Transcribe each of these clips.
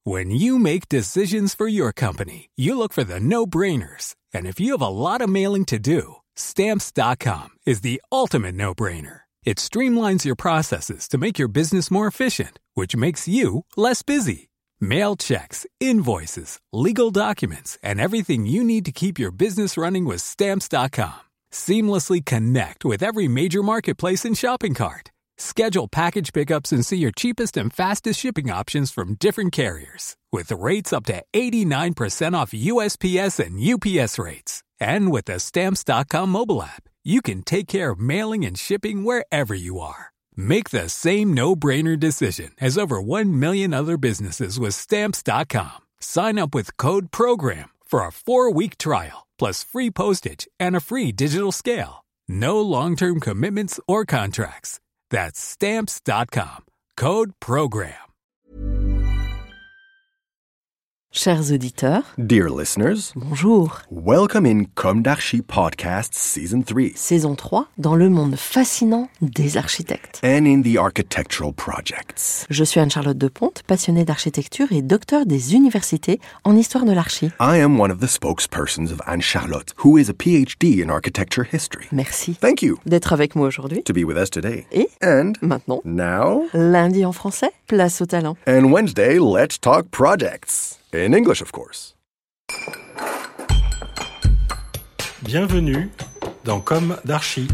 When you make decisions for your company, you look for the no-brainers. And if you have a lot of mailing to do, Stamps.com is the ultimate no-brainer. It streamlines your processes to make your business more efficient, which makes you less busy. Mail checks, invoices, legal documents, and everything you need to keep your business running with Stamps.com. Seamlessly connect with every major marketplace and shopping cart. Schedule package pickups and see your cheapest and fastest shipping options from different carriers. With rates up to 89% off USPS and UPS rates. And with the Stamps.com mobile app, you can take care of mailing and shipping wherever you are. Make the same no-brainer decision as over 1 million other businesses with Stamps.com. Sign up with code PROGRAM for a 4-week trial, plus free postage and a free digital scale. No long-term commitments or contracts. That's Stamps.com. Code PROGRAM. Chers auditeurs, dear listeners, bonjour. Welcome in Comme d'Archi Podcast Season 3. Saison 3, dans le monde fascinant des architectes. And in the architectural projects. Je suis Anne-Charlotte Deponte, passionnée d'architecture et docteur des universités en histoire de l'archi. I am one of the spokespersons of Anne-Charlotte, who is a PhD in architecture history. Merci. Thank you. D'être avec moi aujourd'hui. To be with us today. Et And maintenant, now, lundi en français, place au talent. And Wednesday, let's talk projects. In English, of course. Bienvenue dans Comme d'Archi.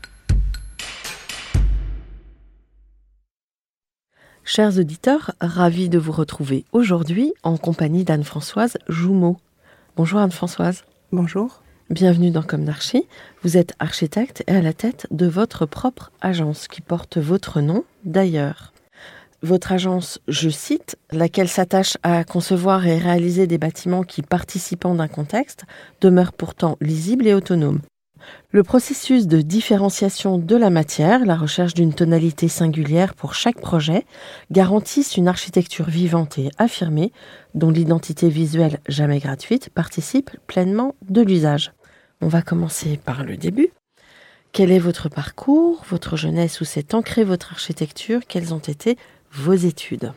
Chers auditeurs, ravis de vous retrouver aujourd'hui en compagnie d'Anne-Françoise Joumeau. Bonjour Anne-Françoise. Bonjour. Bienvenue dans Comme d'Archi. Vous êtes architecte et à la tête de votre propre agence qui porte votre nom d'ailleurs. Votre agence, je cite, laquelle s'attache à concevoir et réaliser des bâtiments qui, participant d'un contexte, demeurent pourtant lisibles et autonomes. Le processus de différenciation de la matière, la recherche d'une tonalité singulière pour chaque projet, garantissent une architecture vivante et affirmée, dont l'identité visuelle jamais gratuite participe pleinement de l'usage. On va commencer par le début. Quel est votre parcours, votre jeunesse, où s'est ancrée votre architecture? Quelles ont été vos études?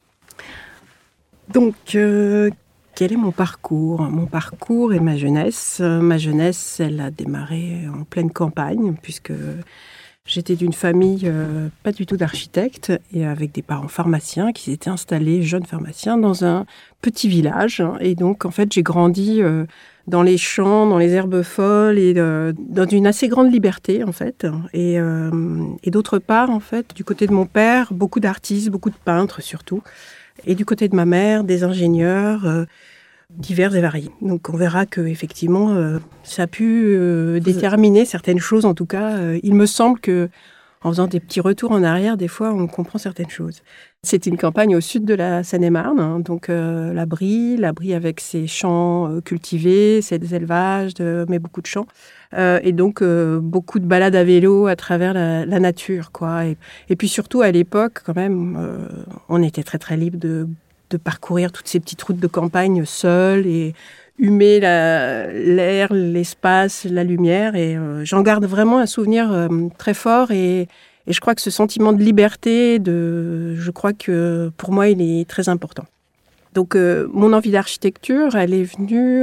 Donc, quel est mon parcours? Mon parcours et ma jeunesse. Ma jeunesse, elle a démarré en pleine campagne, puisque j'étais d'une famille pas du tout d'architectes, et avec des parents pharmaciens qui s'étaient installés, jeunes pharmaciens, dans un petit village. Et donc, en fait, j'ai grandi dans les champs, dans les herbes folles, et dans une assez grande liberté, en fait. Et d'autre part, en fait, du côté de mon père, beaucoup d'artistes, beaucoup de peintres surtout. Et du côté de ma mère, des ingénieurs divers et variés. Donc on verra que effectivement, ça a pu déterminer certaines choses. En tout cas, il me semble que en faisant des petits retours en arrière, des fois, on comprend certaines choses. C'est une campagne au sud de la Seine-et-Marne, hein, donc la Brie avec ses champs cultivés, ses élevages, mais beaucoup de champs. Et donc, beaucoup de balades à vélo à travers la nature, quoi. Et puis surtout, à l'époque, quand même, on était très, très libre de parcourir toutes ces petites routes de campagne seuls et humer l'air, l'espace, la lumière. Et j'en garde vraiment un souvenir très fort. Et je crois que ce sentiment de liberté, je crois que pour moi, il est très important. Donc, mon envie d'architecture, elle est venue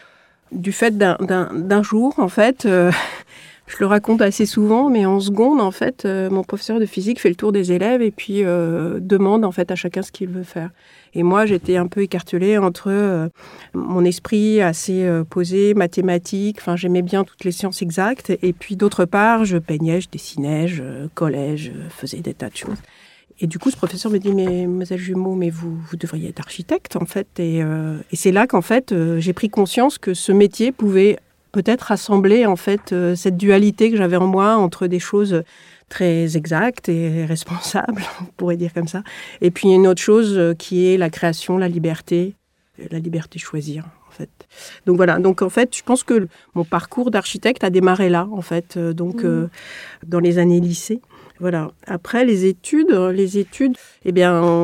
du fait d'un jour, en fait. Je le raconte assez souvent, mais en seconde, en fait, mon professeur de physique fait le tour des élèves et puis demande en fait à chacun ce qu'il veut faire. Et moi, j'étais un peu écartelée entre mon esprit assez posé, mathématique. Enfin, j'aimais bien toutes les sciences exactes. Et puis, d'autre part, je peignais, je dessinais, je collais, je faisais des tas de choses. Et du coup, ce professeur me dit, mais mademoiselle Jumeau, mais vous devriez être architecte, en fait. Et c'est là qu'en fait, j'ai pris conscience que ce métier pouvait peut-être rassembler, en fait, cette dualité que j'avais en moi entre des choses très exactes et responsables, on pourrait dire comme ça. Et puis, une autre chose qui est la création, la liberté de choisir, en fait. Donc voilà, donc en fait, je pense que mon parcours d'architecte a démarré là, en fait, dans les années lycée. Voilà. Après, les études, il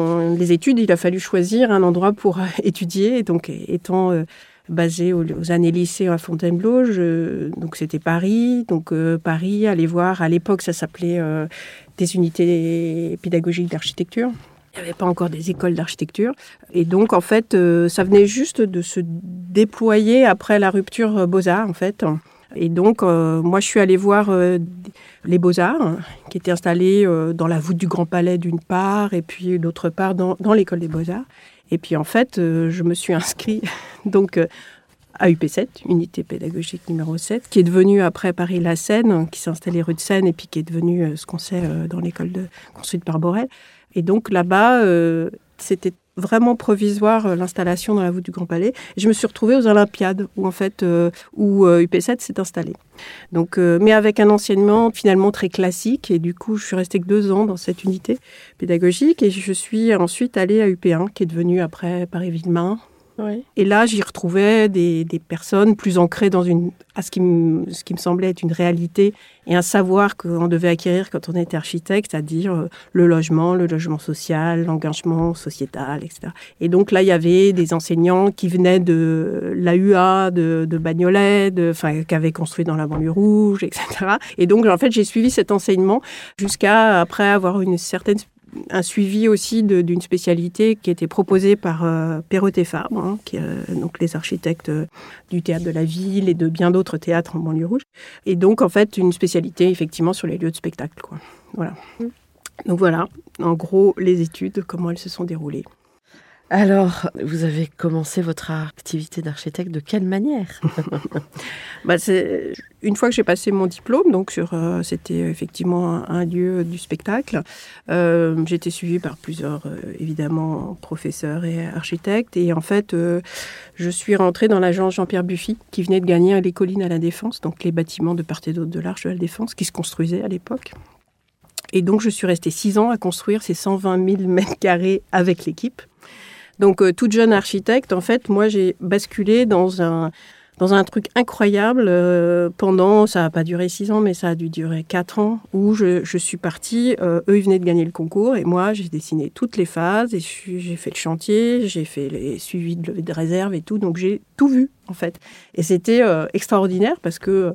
a fallu choisir un endroit pour étudier. Donc, étant basée aux années lycée à Fontainebleau, donc c'était Paris. Donc, Paris, aller voir, à l'époque, ça s'appelait des unités pédagogiques d'architecture. Il n'y avait pas encore des écoles d'architecture. Et donc, en fait, ça venait juste de se déployer après la rupture Beaux-Arts, en fait. Et donc, moi, je suis allée voir les Beaux-Arts, qui étaient installés dans la voûte du Grand Palais d'une part, et puis d'autre part dans l'école des Beaux-Arts. Et puis, en fait, je me suis inscrite donc, à UP7, unité pédagogique numéro 7, qui est devenue après Paris-La Seine, qui s'est installée rue de Seine, et puis qui est devenue ce qu'on sait dans l'école construite par Borel. Et donc, là-bas, c'était vraiment provisoire l'installation dans la voûte du Grand Palais. Et je me suis retrouvée aux Olympiades où UP7 s'est installé. Donc, mais avec un enseignement finalement très classique. Et du coup, je suis restée que 2 ans dans cette unité pédagogique. Et je suis ensuite allée à UP1, qui est devenue après Paris-Villemain. Oui. Et là, j'y retrouvais des personnes plus ancrées dans ce qui me semblait être une réalité et un savoir qu'on devait acquérir quand on était architecte, c'est-à-dire le logement social, l'engagement sociétal, etc. Et donc là, il y avait des enseignants qui venaient de l'AUA, de Bagnolet, qui avaient construit dans la banlieue rouge, etc. Et donc, en fait, j'ai suivi cet enseignement jusqu'à après avoir un suivi aussi d'une spécialité qui était proposée par Perrot et Fabre, donc les architectes du théâtre de la ville et de bien d'autres théâtres en banlieue rouge. Et donc, en fait, une spécialité, effectivement, sur les lieux de spectacle, quoi. Voilà. Donc voilà, en gros, les études, comment elles se sont déroulées. Alors, vous avez commencé votre activité d'architecte de quelle manière ? Une fois que j'ai passé mon diplôme, donc c'était effectivement un lieu du spectacle, j'ai été suivie par plusieurs, évidemment, professeurs et architectes. Et en fait, je suis rentrée dans l'agence Jean-Pierre Buffy, qui venait de gagner les collines à la Défense, donc les bâtiments de part et d'autre de l'Arche de la Défense, qui se construisaient à l'époque. Et donc, je suis restée 6 ans à construire ces 120 000 mètres carrés avec l'équipe. Donc, toute jeune architecte, en fait, moi, j'ai basculé dans un truc incroyable ça n'a pas duré 6 ans, mais ça a dû durer 4 ans, où je suis partie, eux, ils venaient de gagner le concours, et moi, j'ai dessiné toutes les phases, et j'ai fait le chantier, j'ai fait les suivis de levée de réserve et tout, donc j'ai tout vu, en fait. Et c'était extraordinaire, parce que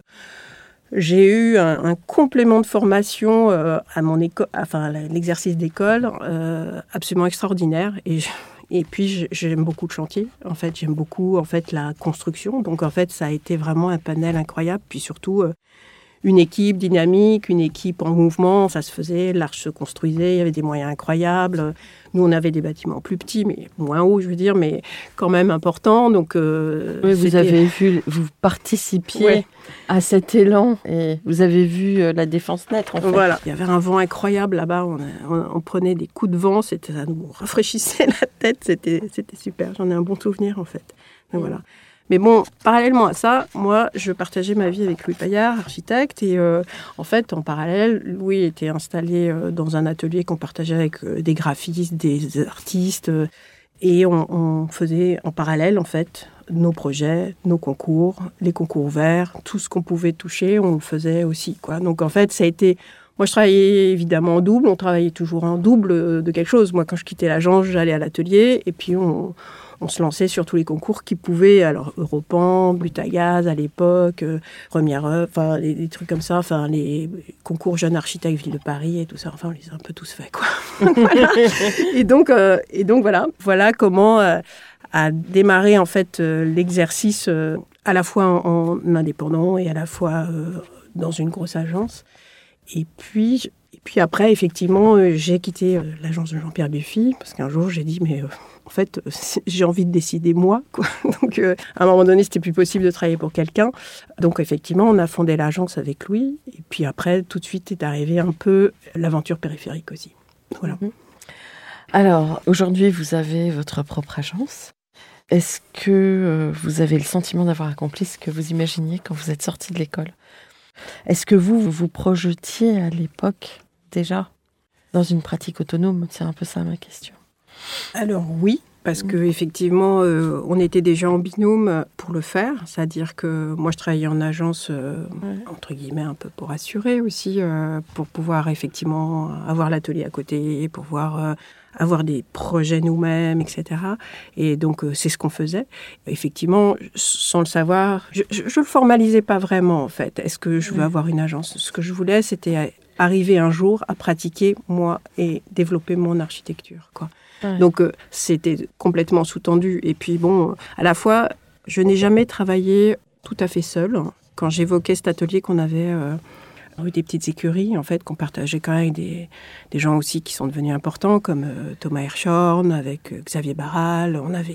j'ai eu un complément de formation à mon école, l'exercice d'école, absolument extraordinaire, et puis, j'aime beaucoup le chantier. En fait, j'aime beaucoup la construction. Donc, en fait, ça a été vraiment un panel incroyable. Puis surtout, une équipe dynamique, une équipe en mouvement. Ça se faisait, l'arche se construisait, il y avait des moyens incroyables. Nous, on avait des bâtiments plus petits, mais moins hauts, je veux dire, mais quand même importants. Donc, oui, vous participiez à cet élan et vous avez vu la Défense naître, en fait. Voilà, il y avait un vent incroyable là-bas. On prenait des coups de vent, ça nous rafraîchissait la tête. C'était super. J'en ai un bon souvenir, en fait. Donc, voilà. Mais bon, parallèlement à ça, moi, je partageais ma vie avec Louis Paillard, architecte. Et en fait, en parallèle, Louis était installé dans un atelier qu'on partageait avec des graphistes, des artistes. Et on faisait en parallèle, en fait, nos projets, nos concours, les concours ouverts, tout ce qu'on pouvait toucher, on le faisait aussi, quoi. Donc, en fait, ça a été... Moi, je travaillais évidemment en double. On travaillait toujours en double de quelque chose. Moi, quand je quittais l'agence, j'allais à l'atelier. Et puis, on se lançait sur tous les concours qui pouvaient, alors Europan, Butagaz à l'époque, Première Œuvre, enfin des trucs comme ça, enfin les concours jeunes architectes Ville de Paris et tout ça, enfin on les a un peu tous faits, quoi. Voilà. Et donc voilà comment a démarré en fait l'exercice à la fois en indépendant et à la fois dans une grosse agence. Et puis après, effectivement, j'ai quitté l'agence de Jean-Pierre Buffy parce qu'un jour j'ai dit mais en fait, j'ai envie de décider moi, quoi. Donc, à un moment donné, c'était plus possible de travailler pour quelqu'un. Donc, effectivement, on a fondé l'agence avec Louis. Et puis après, tout de suite est arrivée un peu l'aventure périphérique aussi. Voilà. Alors, aujourd'hui, vous avez votre propre agence. Est-ce que vous avez le sentiment d'avoir accompli ce que vous imaginiez quand vous êtes sorti de l'école ? Est-ce que vous vous projetiez à l'époque déjà dans une pratique autonome ? C'est un peu ça ma question. Alors oui, parce qu'effectivement, on était déjà en binôme pour le faire. C'est-à-dire que moi, je travaillais en agence, entre guillemets, un peu pour assurer aussi, pour pouvoir effectivement avoir l'atelier à côté, pour pouvoir avoir des projets nous-mêmes, etc. Et donc, c'est ce qu'on faisait. Effectivement, sans le savoir, je ne le formalisais pas vraiment, en fait. Est-ce que je veux avoir une agence ? Ce que je voulais, c'était arriver un jour à pratiquer, moi, et développer mon architecture, quoi. Ouais. Donc, c'était complètement sous-tendu. Et puis, bon, à la fois, je n'ai jamais travaillé tout à fait seule. Quand j'évoquais cet atelier qu'on avait rue des Petites Écuries, en fait, qu'on partageait quand même avec des gens aussi qui sont devenus importants, comme Thomas Hirschhorn, avec Xavier Barral. On avait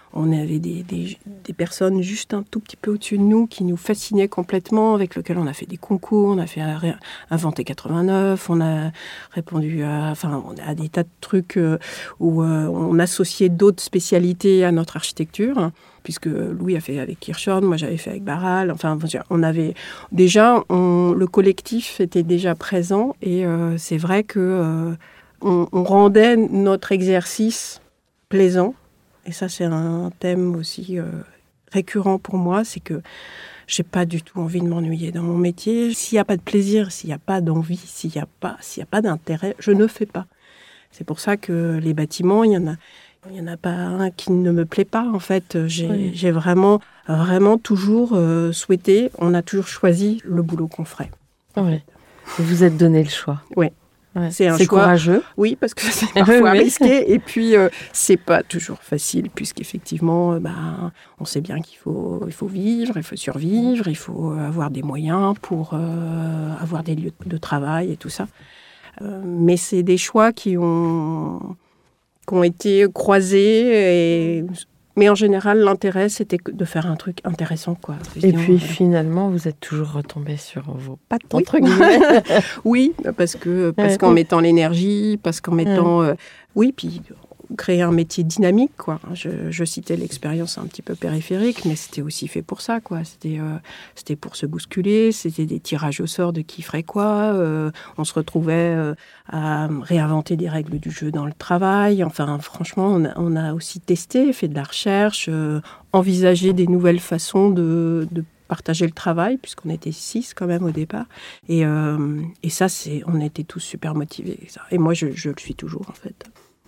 des personnes juste un tout petit peu au-dessus de nous qui nous fascinaient complètement, avec lesquelles on a fait des concours, on a fait Inventé 89, on a répondu à des tas de trucs où on associait d'autres spécialités à notre architecture, puisque Louis a fait avec Hirschhorn, moi j'avais fait avec Barral. Enfin, on avait déjà, le collectif était déjà présent, et c'est vrai que on rendait notre exercice plaisant. Et ça, c'est un thème aussi récurrent pour moi, c'est que j'ai pas du tout envie de m'ennuyer dans mon métier. S'il n'y a pas de plaisir, s'il n'y a pas d'envie, s'il n'y a pas d'intérêt, je ne fais pas. C'est pour ça que les bâtiments, il y en a pas un qui ne me plaît pas, en fait. J'ai vraiment toujours souhaité, on a toujours choisi le boulot qu'on ferait. Oui. Vous vous êtes donné le choix. Oui. Ouais. C'est choix courageux. Oui, parce que c'est parfois risqué. Et puis, c'est pas toujours facile, puisqu'effectivement, on sait bien qu'il faut vivre, il faut survivre, il faut avoir des moyens pour avoir des lieux de travail et tout ça. Mais c'est des choix qui ont été croisés. Mais en général, l'intérêt, c'était de faire un truc intéressant, quoi. Et puis, finalement, vous êtes toujours retombé sur vos pattes, entre guillemets. Oui, parce qu'en mettant l'énergie, parce qu'en mettant... puis créer un métier dynamique, quoi. Je citais l'expérience un petit peu périphérique, mais c'était aussi fait pour ça, quoi. C'était pour se bousculer, c'était des tirages au sort de qui ferait quoi. On se retrouvait à réinventer des règles du jeu dans le travail. Enfin, franchement, on a aussi testé, fait de la recherche, envisagé des nouvelles façons de partager le travail, puisqu'on était 6 quand même au départ. Et ça, on était tous super motivés. Et moi, je le suis toujours, en fait.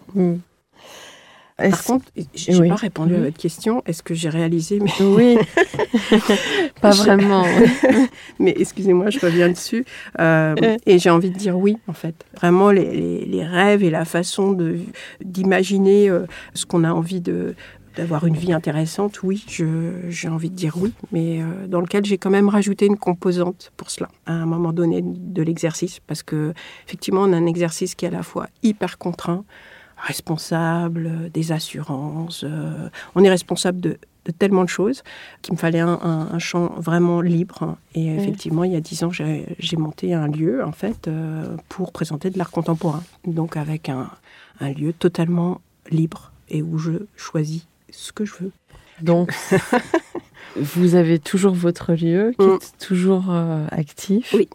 Par contre, je n'ai pas répondu à votre question. Est-ce que j'ai réalisé Oui, pas vraiment. Mais excusez-moi, je reviens dessus. Et j'ai envie de dire oui, en fait. Vraiment, les rêves et la façon d'imaginer ce qu'on a envie d'avoir une vie intéressante, oui, j'ai envie de dire oui, mais dans lequel j'ai quand même rajouté une composante pour cela, à un moment donné de l'exercice, parce que effectivement, on a un exercice qui est à la fois hyper contraint, responsable des assurances. On est responsable de tellement de choses qu'il me fallait un champ vraiment libre. Et effectivement, il y a 10 ans, j'ai monté un lieu, en fait, pour présenter de l'art contemporain. Donc, avec un lieu totalement libre et où je choisis ce que je veux. Donc, vous avez toujours votre lieu qui est toujours actif. Oui.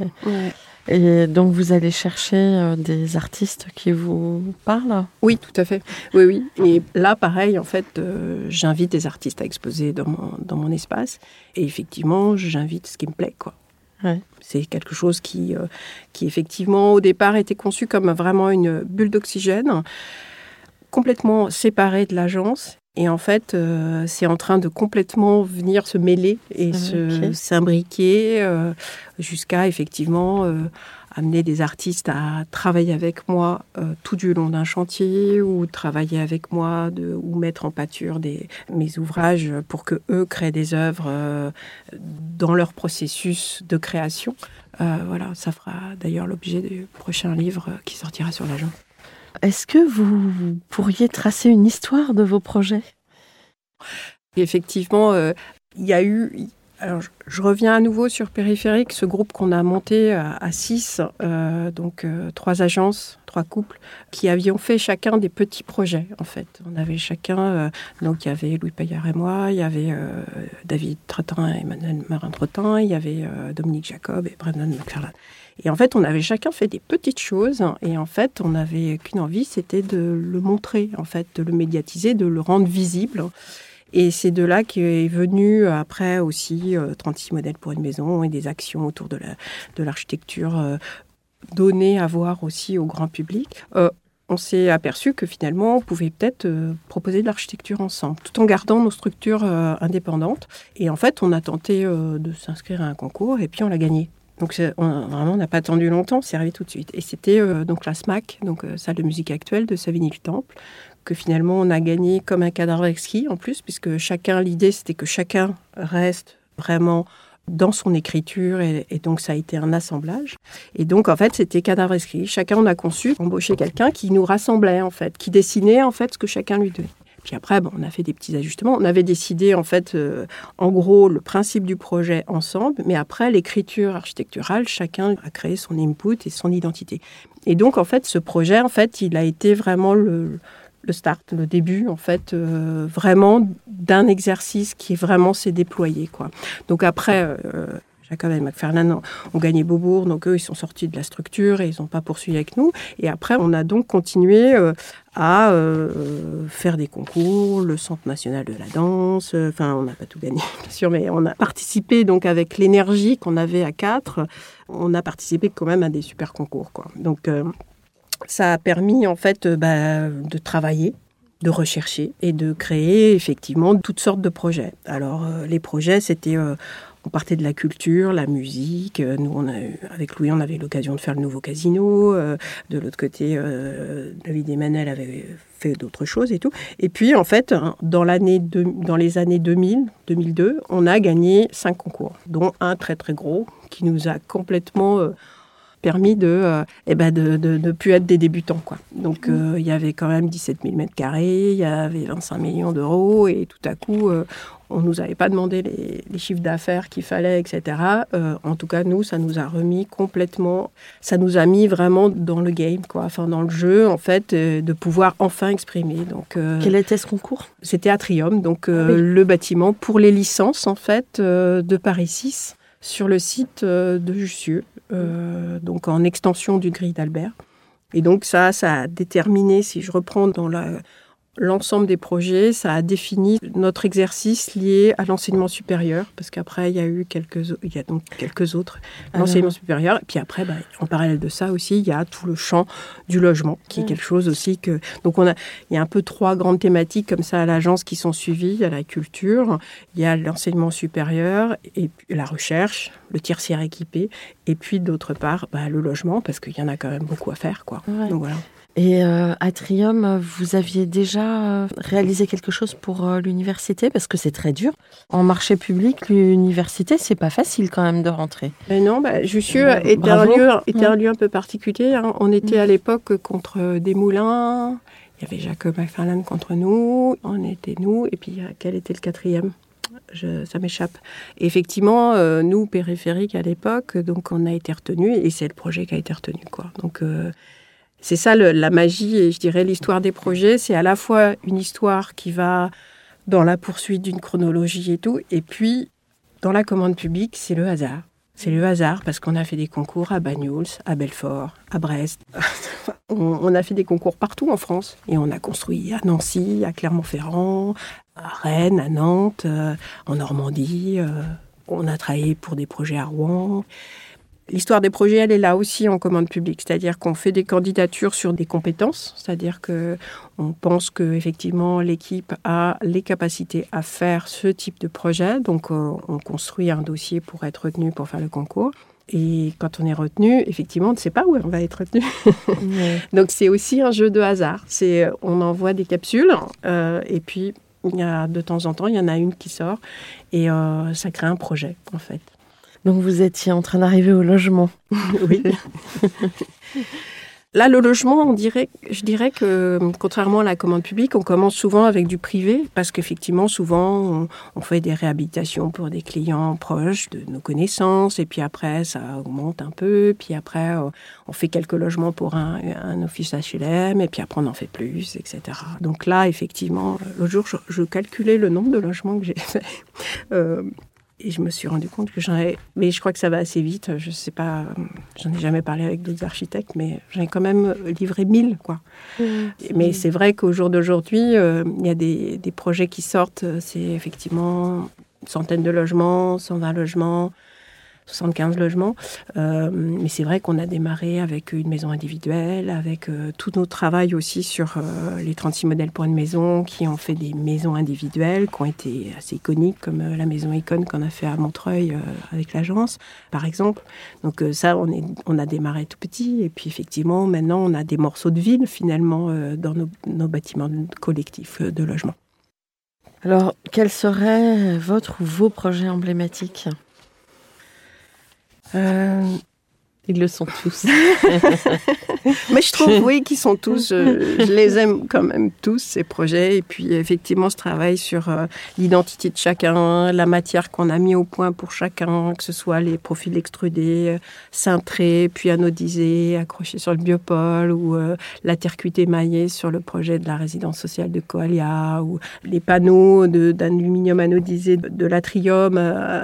Et donc, vous allez chercher des artistes qui vous parlent ? Oui, tout à fait. Oui. Et là, pareil, en fait, j'invite des artistes à exposer dans mon espace. Et effectivement, j'invite ce qui me plaît, quoi. Ouais. C'est quelque chose qui, effectivement, au départ, était conçu comme vraiment une bulle d'oxygène, complètement séparée de l'agence. Et en fait, c'est en train de complètement venir se mêler et s'imbriquer jusqu'à, effectivement, amener des artistes à travailler avec moi tout du long d'un chantier ou travailler avec moi ou mettre en pâture mes ouvrages pour qu'eux créent des œuvres dans leur processus de création. Voilà, ça fera d'ailleurs l'objet du prochain livre qui sortira sur l'agence. Est-ce que vous pourriez tracer une histoire de vos projets ? Effectivement, il y a eu... Alors, je reviens à nouveau sur Périphérique, ce groupe qu'on a monté à 6, donc 3 agences, 3 couples, qui avions fait chacun des petits projets, en fait. On avait chacun... donc, il y avait Louis Paillard et moi, il y avait David Trottin et Emmanuel Marin-Trottin, il y avait Dominique Jacob et Brendan McFarlane. Et en fait, on avait chacun fait des petites choses. Et en fait, on n'avait qu'une envie, c'était de le montrer, en fait, de le médiatiser, de le rendre visible. Et c'est de là qu'est venu après aussi 36 modèles pour une maison et des actions autour de l'architecture données à voir aussi au grand public. On s'est aperçu que finalement, on pouvait peut-être proposer de l'architecture ensemble, tout en gardant nos structures indépendantes. Et en fait, on a tenté de s'inscrire à un concours et puis on l'a gagné. Donc vraiment, on n'a pas attendu longtemps, c'est arrivé tout de suite. Et c'était donc la SMAC, donc salle de musique actuelle de Savigny-le-Temple, que finalement on a gagné comme un cadavre exquis en plus, puisque l'idée c'était que chacun reste vraiment dans son écriture, et donc ça a été un assemblage. Et donc en fait c'était cadavre exquis. Chacun, on a conçu, embauché quelqu'un qui nous rassemblait en fait, qui dessinait en fait ce que chacun lui donnait. Puis après, on a fait des petits ajustements. On avait décidé, en fait, en gros, le principe du projet ensemble. Mais après, l'écriture architecturale, chacun a créé son input et son identité. Et donc, en fait, ce projet, en fait, il a été vraiment le start, le début, en fait, vraiment d'un exercice qui vraiment s'est déployé, quoi. Donc après... Jacob et McFarlane ont gagné Beaubourg, donc eux, ils sont sortis de la structure et ils n'ont pas poursuivi avec nous. Et après, on a donc continué à faire des concours, le Centre national de la danse. Enfin, on n'a pas tout gagné, bien sûr, mais on a participé donc avec l'énergie qu'on avait à 4. On a participé quand même à des super concours, quoi. Donc, ça a permis en fait de travailler, de rechercher et de créer effectivement toutes sortes de projets. Alors, les projets, c'était... on partait de la culture, la musique. Nous, avec Louis, on avait l'occasion de faire le nouveau casino. De l'autre côté, David Emmanuel avait fait d'autres choses et tout. Et puis, en fait, dans les années 2000, 2002, on a gagné 5 concours, dont un très, très gros qui nous a complètement... permis de ne plus être des débutants, quoi. Donc, il y avait quand même 17 000 mètres carrés, il y avait 25 millions d'euros, et tout à coup, on ne nous avait pas demandé les chiffres d'affaires qu'il fallait, etc. En tout cas, nous, ça nous a remis complètement, ça nous a mis vraiment dans le game, quoi. Enfin, dans le jeu, en fait, de pouvoir enfin exprimer. Donc, quel était ce concours ? C'était Atrium, donc le bâtiment pour les licences, en fait, de Paris 6, sur le site de Jussieu, donc en extension du Grille d'Albert. Et donc ça a déterminé, si je reprends dans l'ensemble des projets, ça a défini notre exercice lié à l'enseignement supérieur, parce qu'après, il y a donc quelques autres, l'enseignement supérieur. Et puis après, en parallèle de ça aussi, il y a tout le champ du logement, qui est quelque chose aussi que... Donc il y a un peu 3 grandes thématiques comme ça à l'agence qui sont suivies. Il y a la culture, il y a l'enseignement supérieur, et puis la recherche, le tertiaire équipé, et puis d'autre part, le logement, parce qu'il y en a quand même beaucoup à faire, quoi. Ouais. Donc voilà. Et Atrium, vous aviez déjà réalisé quelque chose pour l'université ? Parce que c'est très dur. En marché public, l'université, c'est pas facile quand même de rentrer. Mais non, Jussieu était un lieu un peu particulier. Hein. On était à l'époque contre des moulins. Il y avait Jacob McFarlane contre nous. On était nous. Et puis, quel était le 4e ? Ça m'échappe. Et effectivement, nous, périphériques à l'époque, donc on a été retenus. Et c'est le projet qui a été retenu, quoi. Donc... c'est ça la magie, et je dirais l'histoire des projets, c'est à la fois une histoire qui va dans la poursuite d'une chronologie et tout, et puis dans la commande publique, c'est le hasard. C'est le hasard parce qu'on a fait des concours à Banyuls, à Belfort, à Brest. On a fait des concours partout en France, et on a construit à Nancy, à Clermont-Ferrand, à Rennes, à Nantes, en Normandie. On a travaillé pour des projets à Rouen. L'histoire des projets, elle est là aussi en commande publique, c'est-à-dire qu'on fait des candidatures sur des compétences, c'est-à-dire qu'on pense qu'effectivement l'équipe a les capacités à faire ce type de projet, donc on construit un dossier pour être retenu pour faire le concours. Et quand on est retenu, effectivement, on ne sait pas où on va être retenu. Donc c'est aussi un jeu de hasard. On envoie des capsules et puis de temps en temps, il y en a une qui sort et ça crée un projet en fait. Donc vous étiez en train d'arriver au logement. Oui. Là, le logement, je dirais que, contrairement à la commande publique, on commence souvent avec du privé, parce qu'effectivement, souvent, on fait des réhabilitations pour des clients proches de nos connaissances, et puis après, ça augmente un peu, puis après, on fait quelques logements pour un office HLM, et puis après, on en fait plus, etc. Donc là, effectivement, l'autre jour, je calculais le nombre de logements que j'ai fait. Et je me suis rendu compte que mais je crois que ça va assez vite. Je sais pas, j'en ai jamais parlé avec d'autres architectes, mais j'en ai quand même livré 1000, quoi. Mais c'est vrai qu'au jour d'aujourd'hui, il y a des projets qui sortent. C'est effectivement une centaine de logements, 120 logements. 75 logements. Mais c'est vrai qu'on a démarré avec une maison individuelle, avec tout notre travail aussi sur les 36 modèles pour une maison, qui ont fait des maisons individuelles, qui ont été assez iconiques, comme la maison Icône qu'on a fait à Montreuil avec l'agence, par exemple. Donc ça, on a démarré tout petit. Et puis effectivement, maintenant, on a des morceaux de ville, finalement, dans nos bâtiments collectifs de logement. Alors, quels seraient votre ou vos projets emblématiques ? Ils le sont tous. Mais je trouve, oui, qu'ils sont tous... je les aime quand même tous, ces projets. Et puis, effectivement, ce travail sur l'identité de chacun, la matière qu'on a mis au point pour chacun, que ce soit les profils extrudés, cintrés, puis anodisés, accrochés sur le biopôle, ou la terre cuite émaillée sur le projet de la résidence sociale de Coalia, ou les panneaux d'aluminium anodisé de l'Atrium,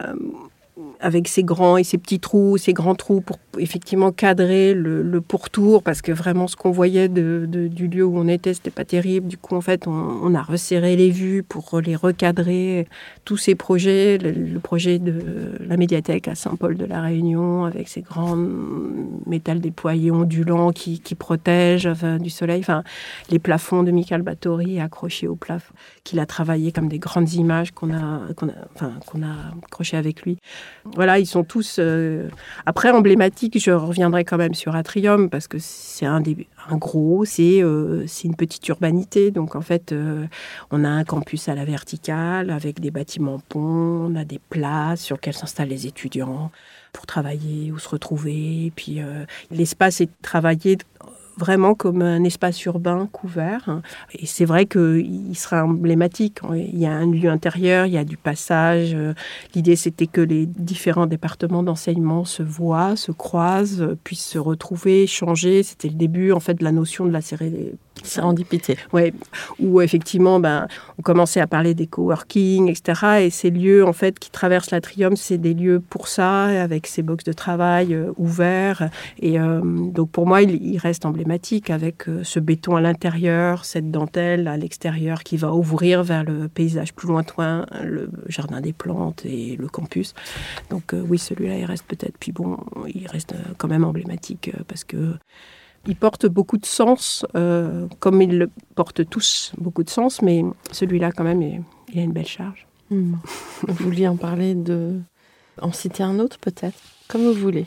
avec ses grands et ses petits trous, ses grands trous pour effectivement cadrer le pourtour, parce que vraiment ce qu'on voyait du lieu où on était, c'était pas terrible. Du coup, en fait, on a resserré les vues pour les recadrer. Tous ces projets, le projet de la médiathèque à Saint-Paul de la Réunion, avec ses grands métal déployés ondulants qui protègent du soleil. Enfin, les plafonds de Michael Bathory accrochés au plafond, qu'il a travaillé comme des grandes images qu'on a accrochées avec lui. Voilà, ils sont tous... Après, emblématiques, je reviendrai quand même sur Atrium, parce que c'est un gros, c'est une petite urbanité. Donc, en fait, on a un campus à la verticale, avec des bâtiments ponts, on a des places sur lesquelles s'installent les étudiants pour travailler ou se retrouver. Et puis, l'espace est travaillé vraiment comme un espace urbain couvert. Et c'est vrai qu'il sera emblématique. Il y a un lieu intérieur, il y a du passage. L'idée, c'était que les différents départements d'enseignement se voient, se croisent, puissent se retrouver, échanger. C'était le début, en fait, de la notion de la sérendipité. Oui, où effectivement, on commençait à parler des coworking, etc. Et ces lieux, en fait, qui traversent l'Atrium, c'est des lieux pour ça, avec ces box de travail ouverts. Et donc, pour moi, il reste emblématique, avec ce béton à l'intérieur, cette dentelle à l'extérieur qui va ouvrir vers le paysage plus lointain, le jardin des plantes et le campus. Donc, oui, celui-là, il reste peut-être. Puis bon, il reste quand même emblématique parce que il porte beaucoup de sens, comme ils le portent tous, beaucoup de sens, mais celui-là, quand même, il a une belle charge. Vous vouliez en parler en citer un autre, peut-être, comme vous voulez.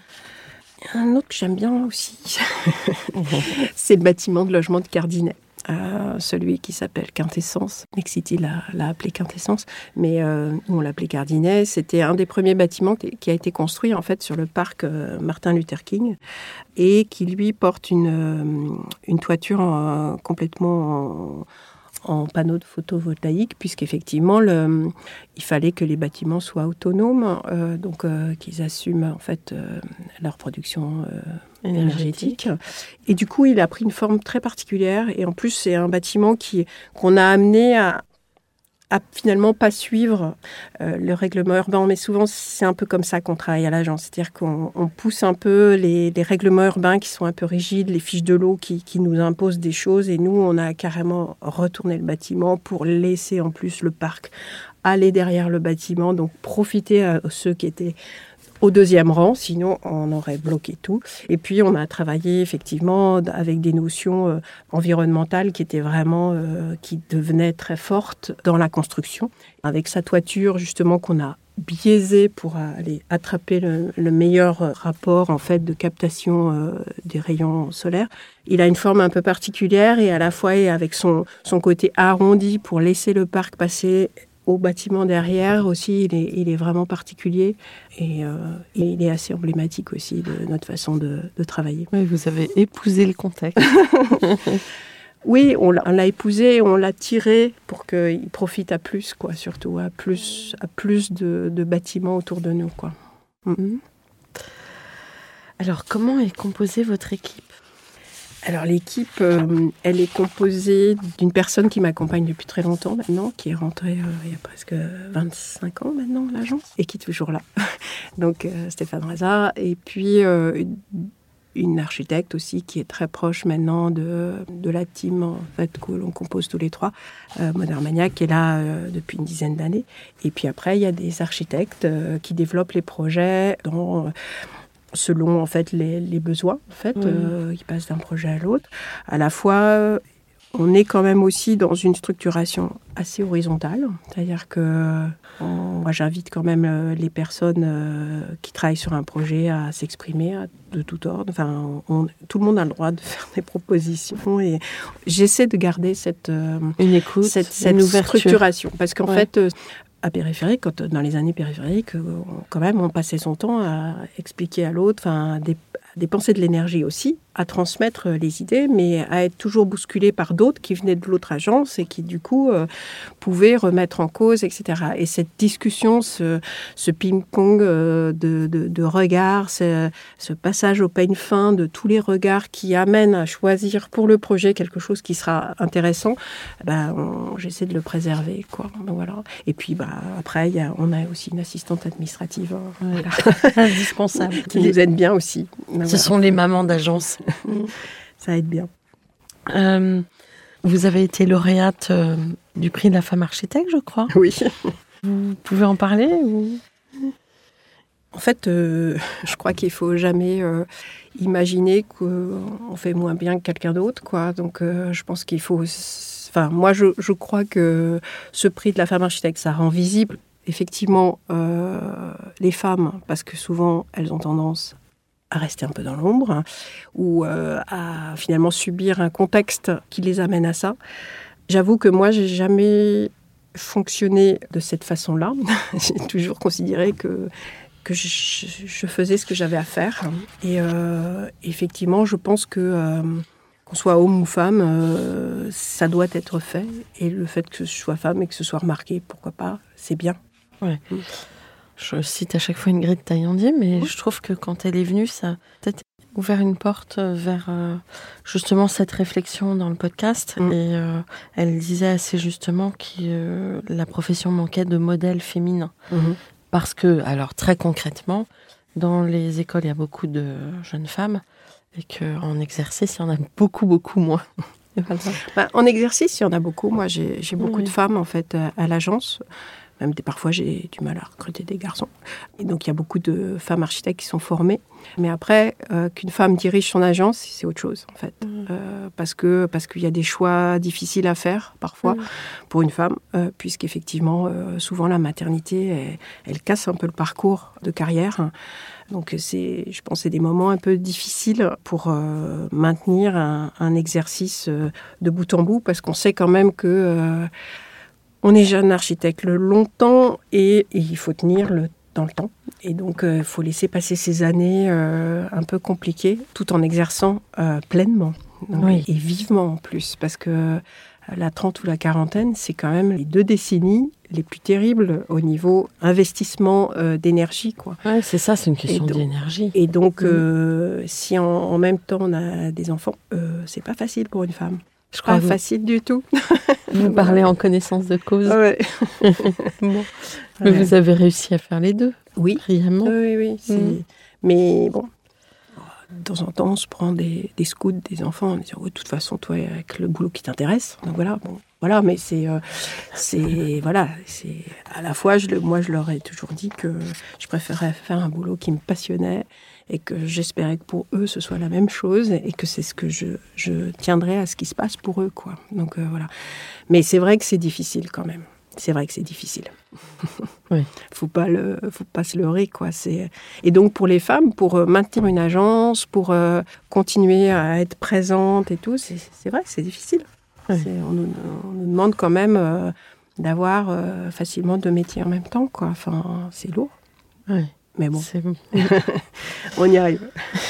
Un autre que j'aime bien aussi, c'est le bâtiment de logement de Cardinet. Celui qui s'appelle Quintessence. Nexity l'a appelé Quintessence, mais on l'appelait Cardinet. C'était un des premiers bâtiments qui a été construit en fait sur le parc Martin Luther King et qui lui porte une toiture complètement en panneaux de photovoltaïque, puisqu'effectivement, il fallait que les bâtiments soient autonomes, donc qu'ils assument en fait leur production énergétique. Et du coup, il a pris une forme très particulière. Et en plus, c'est un bâtiment qu'on a amené à finalement pas suivre le règlement urbain. Mais souvent, c'est un peu comme ça qu'on travaille à l'agence. C'est-à-dire qu'on pousse un peu les règlements urbains qui sont un peu rigides, les fiches de l'eau qui nous imposent des choses. Et nous, on a carrément retourné le bâtiment pour laisser en plus le parc aller derrière le bâtiment. Donc, profiter à ceux qui étaient au deuxième rang, sinon on aurait bloqué tout. Et puis on a travaillé effectivement avec des notions environnementales qui étaient vraiment, qui devenaient très fortes dans la construction, avec sa toiture justement qu'on a biaisée pour aller attraper le meilleur rapport en fait de captation des rayons solaires. Il a une forme un peu particulière et à la fois avec son côté arrondi pour laisser le parc passer au bâtiment derrière aussi, il est vraiment particulier et il est assez emblématique aussi de notre façon de travailler. Oui, vous avez épousé le contexte. Oui, on l'a épousé, on l'a tiré pour qu'il profite à plus, quoi, surtout à plus de bâtiments autour de nous, quoi. Alors, comment est composée votre équipe ? Alors l'équipe, elle est composée d'une personne qui m'accompagne depuis très longtemps maintenant, qui est rentrée il y a presque 25 ans maintenant à l'agence, et qui est toujours là. Donc Stéphane Raza, et puis une architecte aussi qui est très proche maintenant de la team en fait que l'on compose tous les trois, Modern Maniac, qui est là depuis une dizaine d'années. Et puis après, il y a des architectes qui développent les projets selon en fait les besoins. En fait, ils passent d'un projet à l'autre. À la fois, on est quand même aussi dans une structuration assez horizontale, c'est-à-dire que moi j'invite quand même les personnes qui travaillent sur un projet à s'exprimer de tout ordre. Enfin, tout le monde a le droit de faire des propositions et j'essaie de garder une écoute, cette une ouverture. Structuration, parce qu'en fait. À périphérique, dans les années périphériques, quand même, on passait son temps à expliquer à l'autre, à dépenser de l'énergie aussi, à transmettre les idées, mais à être toujours bousculé par d'autres qui venaient de l'autre agence et qui, du coup, pouvaient remettre en cause, etc. Et cette discussion, ce ping-pong de regards, ce passage au peigne fin de tous les regards qui amènent à choisir pour le projet quelque chose qui sera intéressant, j'essaie de le préserver, quoi. Donc, voilà. Et puis, après, on a aussi une assistante administrative indispensable qui nous aide bien aussi. Ce sont les mamans d'agence. Ça aide bien. Vous avez été lauréate du prix de la femme architecte, je crois. Oui. Vous pouvez en parler ou... En fait, je crois qu'il ne faut jamais imaginer qu'on fait moins bien que quelqu'un d'autre, quoi. Donc, je pense qu'il faut... Enfin, moi, je crois que ce prix de la femme architecte, ça rend visible, effectivement, les femmes, parce que souvent, elles ont tendance à rester un peu dans l'ombre, ou à finalement subir un contexte qui les amène à ça. J'avoue que moi, j'ai jamais fonctionné de cette façon-là. J'ai toujours considéré que je faisais ce que j'avais à faire. Et effectivement, je pense que qu'on soit homme ou femme, ça doit être fait. Et le fait que je sois femme et que ce soit remarqué, pourquoi pas, c'est bien. Ouais. Je cite à chaque fois Ingrid Taillandier, mais je trouve que quand elle est venue, ça a peut-être ouvert une porte vers justement cette réflexion dans le podcast. Et elle disait assez justement que la profession manquait de modèles féminins. Parce que, alors très concrètement, dans les écoles, il y a beaucoup de jeunes femmes et qu'en exercice, il y en a beaucoup, beaucoup moins. En exercice, il y en a beaucoup. Moi, j'ai beaucoup de femmes en fait à l'agence. Même parfois, j'ai du mal à recruter des garçons. Et donc, il y a beaucoup de femmes architectes qui sont formées. Mais après, qu'une femme dirige son agence, c'est autre chose, en fait. Parce qu'il y a des choix difficiles à faire, parfois, pour une femme, puisqu'effectivement, souvent, la maternité, elle casse un peu le parcours de carrière. Donc, je pense que c'est des moments un peu difficiles pour maintenir un exercice de bout en bout, parce qu'on sait quand même que... on est jeune architecte longtemps et il faut tenir dans le temps. Et donc, il faut laisser passer ces années un peu compliquées tout en exerçant pleinement. Donc, et vivement en plus. Parce que la 30 ou la quarantaine, c'est quand même les 2 décennies les plus terribles au niveau investissement d'énergie, quoi. Ouais, c'est ça, c'est une question d'énergie. Et donc, si en même temps on a des enfants, c'est pas facile pour une femme. Je crois pas facile du tout. Vous parlez en connaissance de cause. Ouais. Bon. Mais vous avez réussi à faire les deux. Oui. Brillamment. Oui. Mais bon, de temps en temps, on se prend des scouts des enfants en disant de toute façon, toi, avec le boulot qui t'intéresse. Donc voilà, mais c'est à la fois, moi, je leur ai toujours dit que je préférais faire un boulot qui me passionnait et que j'espérais que pour eux, ce soit la même chose et que c'est ce que je tiendrais à ce qui se passe pour eux, quoi. Donc, voilà. Mais c'est vrai que c'est difficile quand même. C'est vrai que c'est difficile. Oui. Faut pas se leurrer, quoi. Et donc, pour les femmes, pour maintenir une agence, pour continuer à être présente et tout, c'est vrai que c'est difficile. Oui. On nous demande quand même d'avoir facilement 2 métiers en même temps, quoi. Enfin, c'est lourd. Oui. Mais bon, on y arrive.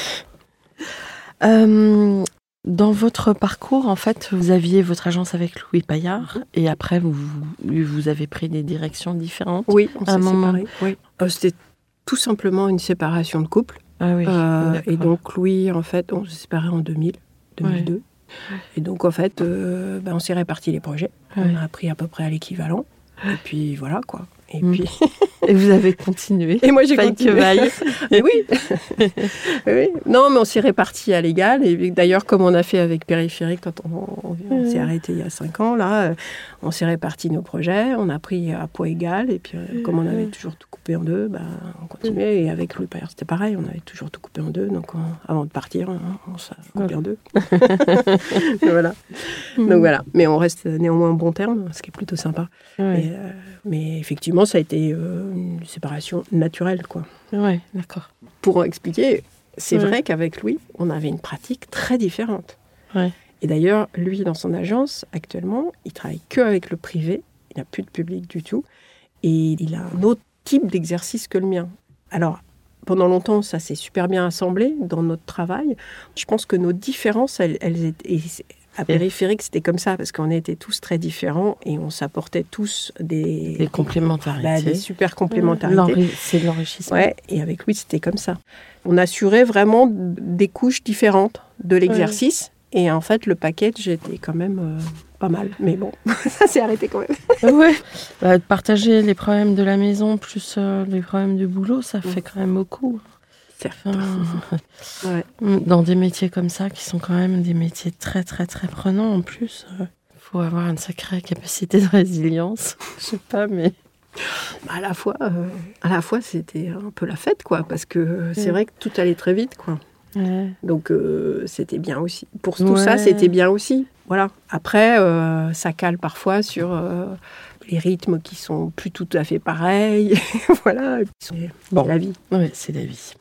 Dans votre parcours, en fait, vous aviez votre agence avec Louis Paillard et après, vous avez pris des directions différentes. Oui, on s'est séparés. Oui. C'était tout simplement une séparation de couple. Ah oui, et donc, Louis, en fait, on s'est séparés en 2002. Ouais. Et donc, en fait, on s'est répartis les projets. Ouais. On a pris à peu près à l'équivalent. Et puis, voilà, quoi. Et puis... Et vous avez continué. Et moi, j'ai Faille continué. que vaille. Oui. Oui. Non, mais on s'est répartis à l'égal. Et d'ailleurs, comme on a fait avec Périphérique quand on s'est arrêté il y a 5 ans, là, on s'est répartis nos projets. On a pris à poids égal. Et puis, comme on avait toujours tout coupé en deux, on continuait. Et avec Louis Paillard, c'était pareil. On avait toujours tout coupé en deux. Donc, avant de partir, on s'est coupé en deux. Voilà. Donc, voilà. Mais on reste néanmoins en bon terme, ce qui est plutôt sympa. Ouais. Et, mais effectivement, ça a été une séparation naturelle, quoi. Ouais, d'accord. Pour expliquer, c'est vrai qu'avec Louis, on avait une pratique très différente. Ouais. Et d'ailleurs, lui, dans son agence, actuellement, il travaille qu'avec le privé. Il n'a plus de public du tout. Et il a un autre type d'exercice que le mien. Alors, pendant longtemps, ça s'est super bien assemblé dans notre travail. Je pense que nos différences, elles étaient... À Périphérique, c'était comme ça, parce qu'on était tous très différents et on s'apportait tous des complémentarités. Des super complémentarités. C'est de l'enrichissement. Ouais, et avec Louis, c'était comme ça. On assurait vraiment des couches différentes de l'exercice. Ouais. Et en fait, le package était quand même pas mal. Mais bon, ça s'est arrêté quand même. Ouais. Partager les problèmes de la maison plus les problèmes du boulot, ça fait quand même beaucoup. Ouais. Dans des métiers comme ça, qui sont quand même des métiers très, très, très prenants en plus, faut avoir une sacrée capacité de résilience. Je sais pas, mais... À la fois, c'était un peu la fête, quoi, parce que c'est vrai que tout allait très vite, quoi. Ouais. Donc, c'était bien aussi. Pour tout ça, c'était bien aussi. Voilà. Après, ça cale parfois sur... les rythmes qui sont plus tout à fait pareils. Voilà. C'est la vie. Oui, c'est la vie.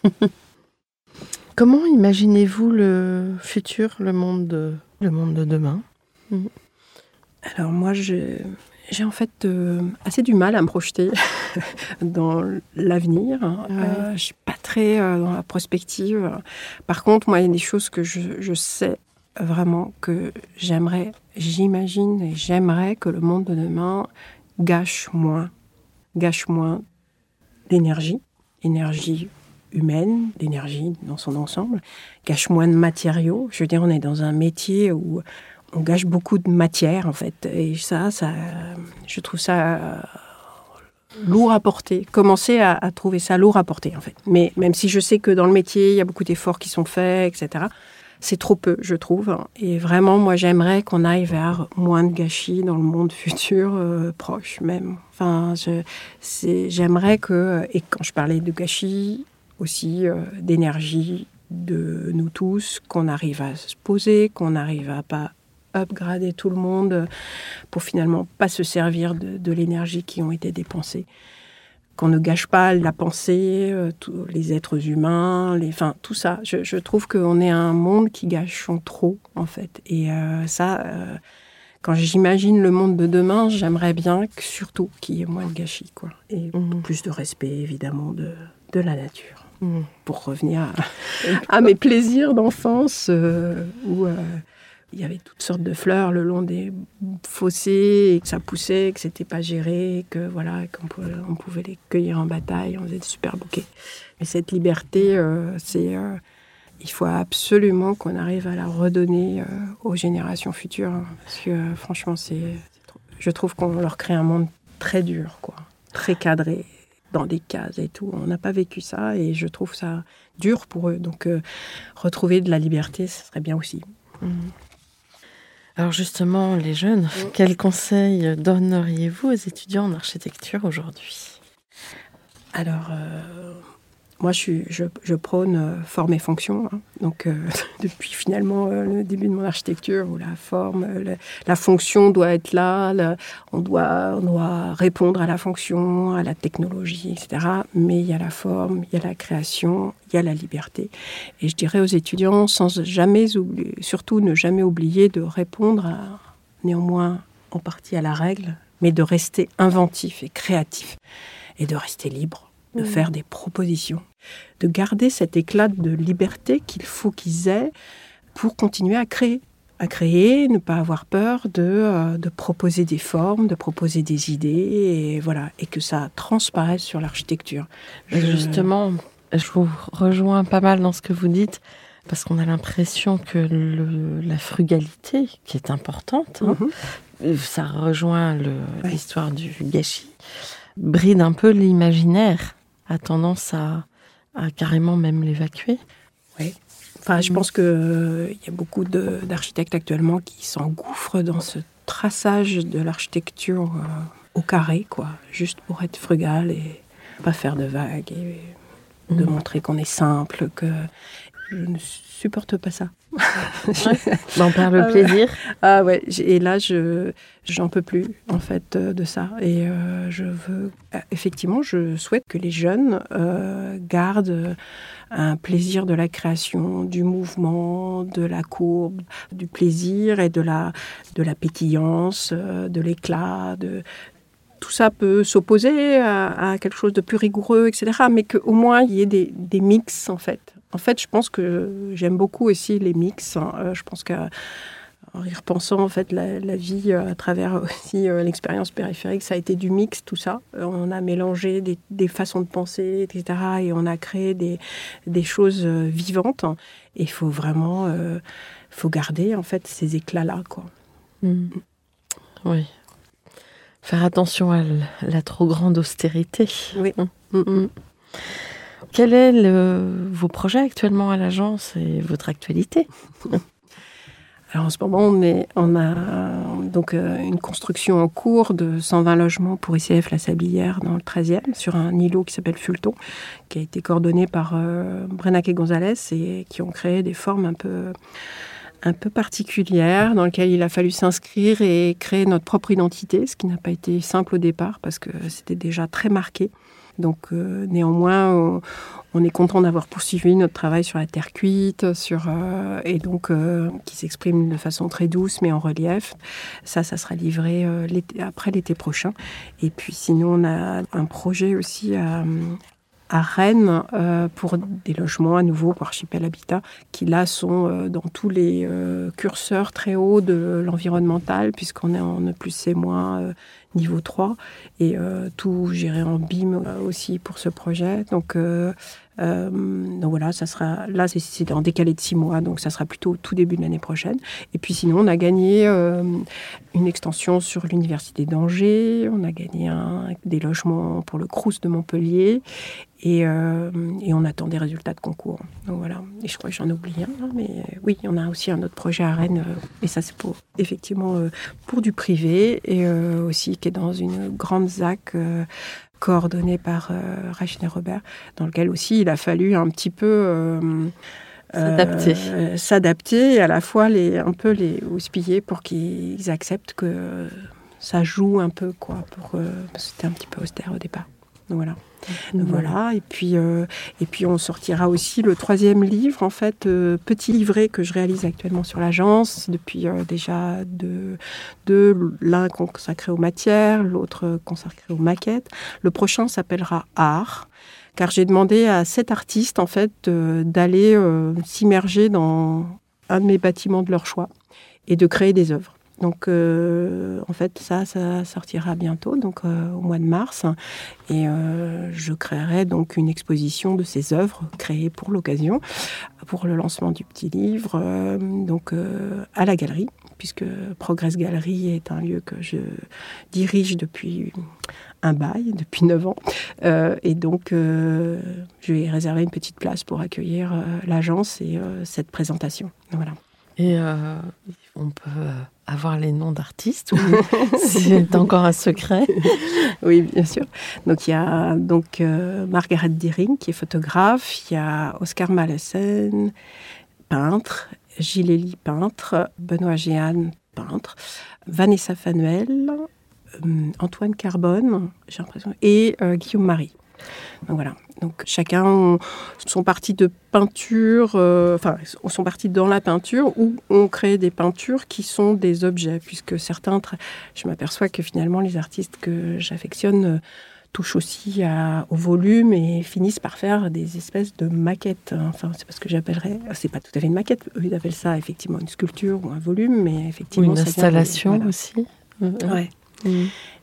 Comment imaginez-vous le futur, le monde de demain ? Alors moi, j'ai en fait assez du mal à me projeter dans l'avenir. Ouais. Je ne suis pas très dans la prospective. Par contre, moi, il y a des choses que je sais vraiment que j'imagine et j'aimerais que le monde de demain gâche moins d'énergie humaine, d'énergie dans son ensemble, gâche moins de matériaux. Je veux dire, on est dans un métier où on gâche beaucoup de matière, en fait. Et ça je trouve ça lourd à porter. Commencer à trouver ça lourd à porter, en fait. Mais même si je sais que dans le métier, il y a beaucoup d'efforts qui sont faits, etc., c'est trop peu, je trouve. Et vraiment, moi, j'aimerais qu'on aille vers moins de gâchis dans le monde futur, proche même. Enfin, j'aimerais que... Et quand je parlais de gâchis, aussi d'énergie de nous tous, qu'on arrive à se poser, qu'on arrive à pas upgrader tout le monde pour finalement pas se servir de l'énergie qui ont été dépensées. Qu'on ne gâche pas la pensée, tous les êtres humains, tout ça. Je trouve qu'on est un monde qui gâche en trop, en fait. Et quand j'imagine le monde de demain, j'aimerais bien surtout qu'il y ait moins de gâchis, quoi. Et plus de respect, évidemment, de la nature. Pour revenir à mes plaisirs d'enfance, où il y avait toutes sortes de fleurs le long des fossés, et que ça poussait, que c'était pas géré, que voilà, qu'on pouvait les cueillir en bataille, on faisait des super bouquets. Mais cette liberté, il faut absolument qu'on arrive à la redonner aux générations futures, hein, parce que franchement, je trouve qu'on leur crée un monde très dur, quoi, très cadré, dans des cases et tout. On n'a pas vécu ça, et je trouve ça dur pour eux. Donc, retrouver de la liberté, ce serait bien aussi. Alors justement, les jeunes, quels conseils donneriez-vous aux étudiants en architecture aujourd'hui ? Alors, moi, je prône forme et fonction. Hein. Donc, depuis finalement le début de mon architecture, où la forme, la fonction doit être là, on doit répondre à la fonction, à la technologie, etc. Mais il y a la forme, il y a la création, il y a la liberté. Et je dirais aux étudiants, surtout ne jamais oublier de répondre néanmoins en partie à la règle, mais de rester inventif et créatif et de rester libre. De faire des propositions, de garder cet éclat de liberté qu'il faut qu'ils aient pour continuer à créer, ne pas avoir peur de proposer des formes, de proposer des idées, et voilà, et que ça transparaisse sur l'architecture. Justement, je vous rejoins pas mal dans ce que vous dites, parce qu'on a l'impression que la frugalité, qui est importante, ça rejoint l'histoire du gâchis. bride un peu l'imaginaire, a tendance à carrément même l'évacuer. Oui. Enfin, je pense qu'il y a beaucoup d'architectes actuellement qui s'engouffrent dans ce traçage de l'architecture au carré, quoi, juste pour être frugal et pas faire de vagues et de montrer qu'on est simple, que je ne supporte pas ça. On perd le plaisir. Ah ouais, et là, j'en peux plus, en fait, de ça. Et je souhaite que les jeunes gardent un plaisir de la création, du mouvement, de la courbe, du plaisir et de la pétillance, de l'éclat, tout ça peut s'opposer à quelque chose de plus rigoureux, etc. Mais qu'au moins, il y ait des mix, en fait. En fait, je pense que j'aime beaucoup aussi les mix. Je pense qu'en y repensant, en fait, la vie à travers aussi l'expérience périphérique, ça a été du mix, tout ça. On a mélangé des façons de penser, etc. Et on a créé des choses vivantes. Et il faut vraiment faut garder, en fait, ces éclats-là, quoi. Oui. Faire attention à la trop grande austérité. Oui. Quel est vos projets actuellement à l'agence et votre actualité? Alors en ce moment, on a donc une construction en cours de 120 logements pour ICF La Sablière dans le 13e, sur un îlot qui s'appelle Fulton, qui a été coordonné par Brenac et Gonzalez et qui ont créé des formes un peu particulière, dans lequel il a fallu s'inscrire et créer notre propre identité, ce qui n'a pas été simple au départ parce que c'était déjà très marqué. Donc néanmoins, on est content d'avoir poursuivi notre travail sur la terre cuite, et donc qui s'exprime de façon très douce mais en relief. Ça sera livré après l'été prochain. Et puis sinon, on a un projet aussi à Rennes pour des logements à nouveau pour Archipel Habitat qui là sont dans tous les curseurs très hauts de l'environnemental puisqu'on est en E+C- niveau 3 et tout géré en BIM aussi pour ce projet. Donc voilà, ça sera là c'est en décalé de 6 mois, donc ça sera plutôt au tout début de l'année prochaine. Et puis sinon, on a gagné une extension sur l'université d'Angers, on a gagné des logements pour le Crous de Montpellier. Et on attend des résultats de concours. Donc voilà. Et je crois que j'en oublie un. Mais oui, on a aussi un autre projet à Rennes. Et ça, c'est pour du privé. Et aussi qui est dans une grande ZAC coordonnée par Rachel Robert, dans lequel aussi il a fallu un petit peu s'adapter et à la fois les houspiller pour qu'ils acceptent que ça joue un peu, quoi. C'était un petit peu austère au départ. Donc voilà. Voilà, et puis on sortira aussi le 3e livre, en fait, petit livret que je réalise actuellement sur l'agence depuis déjà l'un consacré aux matières, l'autre consacré aux maquettes. Le prochain s'appellera Art, car j'ai demandé à 7 artistes, en fait, d'aller s'immerger dans un de mes bâtiments de leur choix et de créer des œuvres. Donc, en fait, ça sortira bientôt, donc au mois de mars. Et je créerai donc une exposition de ces œuvres créées pour l'occasion, pour le lancement du petit livre, à la galerie, puisque Progress Galerie est un lieu que je dirige depuis un bail, depuis 9 ans. Et donc, je vais réserver une petite place pour accueillir l'agence et cette présentation. Voilà. Et on peut avoir les noms d'artistes ou c'est encore un secret? Oui, bien sûr. Donc il y a Margaret Deering qui est photographe, il y a Oscar Malessen, peintre, Gilles Elie, peintre, Benoît Géane, peintre, Vanessa Fanuel, Antoine Carbone, j'ai l'impression, et Guillaume Marie. Donc voilà. Donc chacun sont partis de peinture, sont partis dans la peinture ou on crée des peintures qui sont des objets, puisque certains, je m'aperçois que finalement les artistes que j'affectionne touchent aussi au volume et finissent par faire des espèces de maquettes. Enfin, c'est pas ce que j'appellerais, c'est pas tout à fait une maquette, eux ils appellent ça effectivement une sculpture ou un volume, mais effectivement... Ou une installation aussi. Ouais.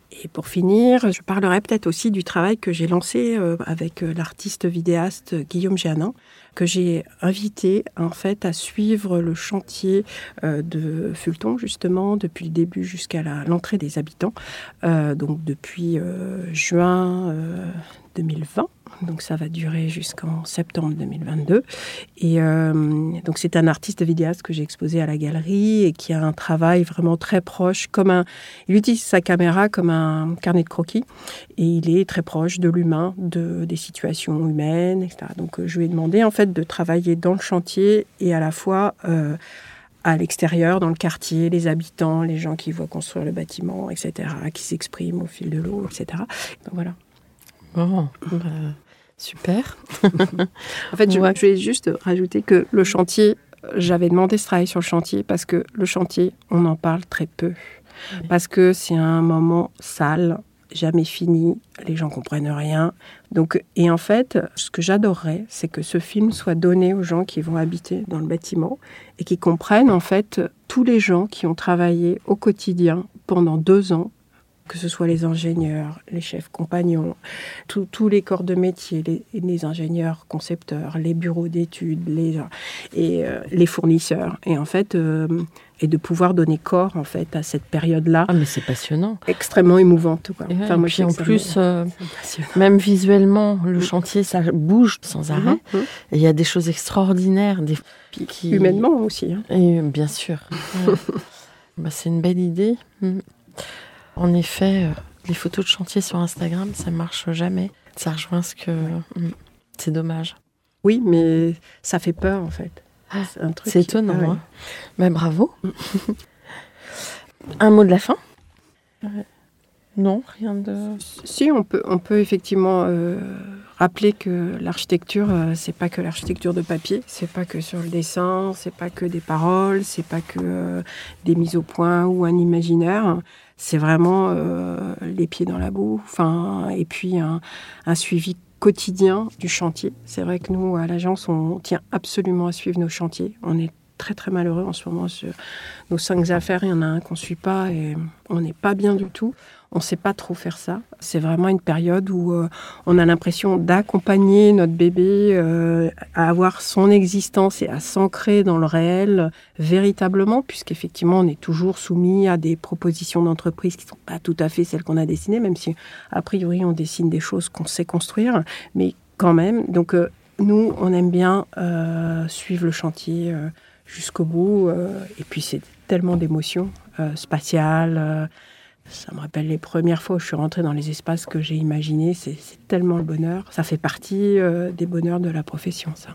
Et pour finir, je parlerai peut-être aussi du travail que j'ai lancé avec l'artiste vidéaste Guillaume Géanin, que j'ai invité en fait à suivre le chantier de Fulton justement depuis le début jusqu'à l'entrée des habitants, donc depuis juin 2020. Donc ça va durer jusqu'en septembre 2022. Et donc c'est un artiste vidéaste que j'ai exposé à la galerie et qui a un travail vraiment très proche, il utilise sa caméra comme un carnet de croquis et il est très proche de l'humain, des situations humaines, etc. Donc je lui ai demandé en fait de travailler dans le chantier et à la fois à l'extérieur, dans le quartier, les habitants, les gens qui voient construire le bâtiment, etc., qui s'expriment au fil de l'eau, etc. Donc voilà. Bon, super. En fait, je vais juste rajouter que le chantier, j'avais demandé ce travail sur le chantier parce que le chantier, on en parle très peu. Oui. Parce que c'est un moment sale, jamais fini, les gens comprennent rien. Donc, et en fait, ce que j'adorerais, c'est que ce film soit donné aux gens qui vont habiter dans le bâtiment et qui comprennent en fait tous les gens qui ont travaillé au quotidien pendant 2 ans, que ce soit les ingénieurs, les chefs compagnons, tous les corps de métier, les ingénieurs concepteurs, les bureaux d'études, les fournisseurs. Et en fait, et de pouvoir donner corps en fait à cette période-là. Ah mais c'est passionnant. Extrêmement émouvante. Quoi. Enfin, moi, puis en plus, même visuellement, le chantier, ça bouge sans arrêt. Et il y a des choses extraordinaires. Humainement aussi. Hein. Et, bien sûr. Ouais. C'est une belle idée. En effet, les photos de chantier sur Instagram, ça marche jamais. Ça rejoint ce que... C'est dommage. Oui, mais ça fait peur, en fait. C'est étonnant. Hein. Mais bravo. Un mot de la fin ? Non, rien de... Si, on peut effectivement rappeler que l'architecture, c'est pas que l'architecture de papier, c'est pas que sur le dessin, c'est pas que des paroles, c'est pas que des mises au point ou un imaginaire. C'est vraiment les pieds dans la boue, et puis un suivi quotidien du chantier. C'est vrai que nous, à l'agence, on tient absolument à suivre nos chantiers. On est très très malheureux en ce moment sur nos 5 affaires. Il y en a un qu'on ne suit pas et on n'est pas bien du tout. On ne sait pas trop faire ça. C'est vraiment une période où on a l'impression d'accompagner notre bébé à avoir son existence et à s'ancrer dans le réel véritablement, puisqu'effectivement, on est toujours soumis à des propositions d'entreprise qui ne sont pas tout à fait celles qu'on a dessinées, même si, a priori, on dessine des choses qu'on sait construire, mais quand même. Donc, nous, on aime bien suivre le chantier jusqu'au bout. Et puis, c'est tellement d'émotions spatiales. Ça me rappelle les premières fois où je suis rentrée dans les espaces que j'ai imaginés. C'est tellement le bonheur. Ça fait partie des bonheurs de la profession, ça.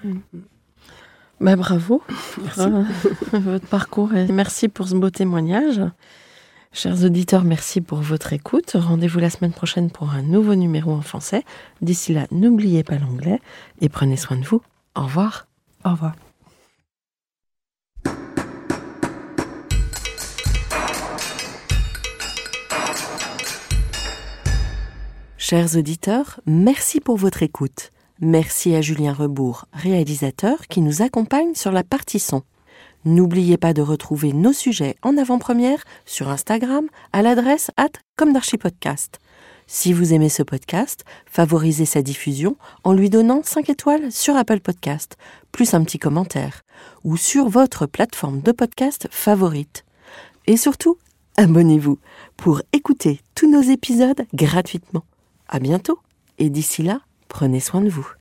Bravo pour votre parcours et merci pour ce beau témoignage. Chers auditeurs, merci pour votre écoute. Rendez-vous la semaine prochaine pour un nouveau numéro en français. D'ici là, n'oubliez pas l'anglais et prenez soin de vous. Au revoir. Au revoir. Chers auditeurs, merci pour votre écoute. Merci à Julien Rebourg, réalisateur, qui nous accompagne sur la partie son. N'oubliez pas de retrouver nos sujets en avant-première sur Instagram à l'adresse @commedarchipodcast. Si vous aimez ce podcast, favorisez sa diffusion en lui donnant 5 étoiles sur Apple Podcast, plus un petit commentaire, ou sur votre plateforme de podcast favorite. Et surtout, abonnez-vous pour écouter tous nos épisodes gratuitement. À bientôt, et d'ici là, prenez soin de vous.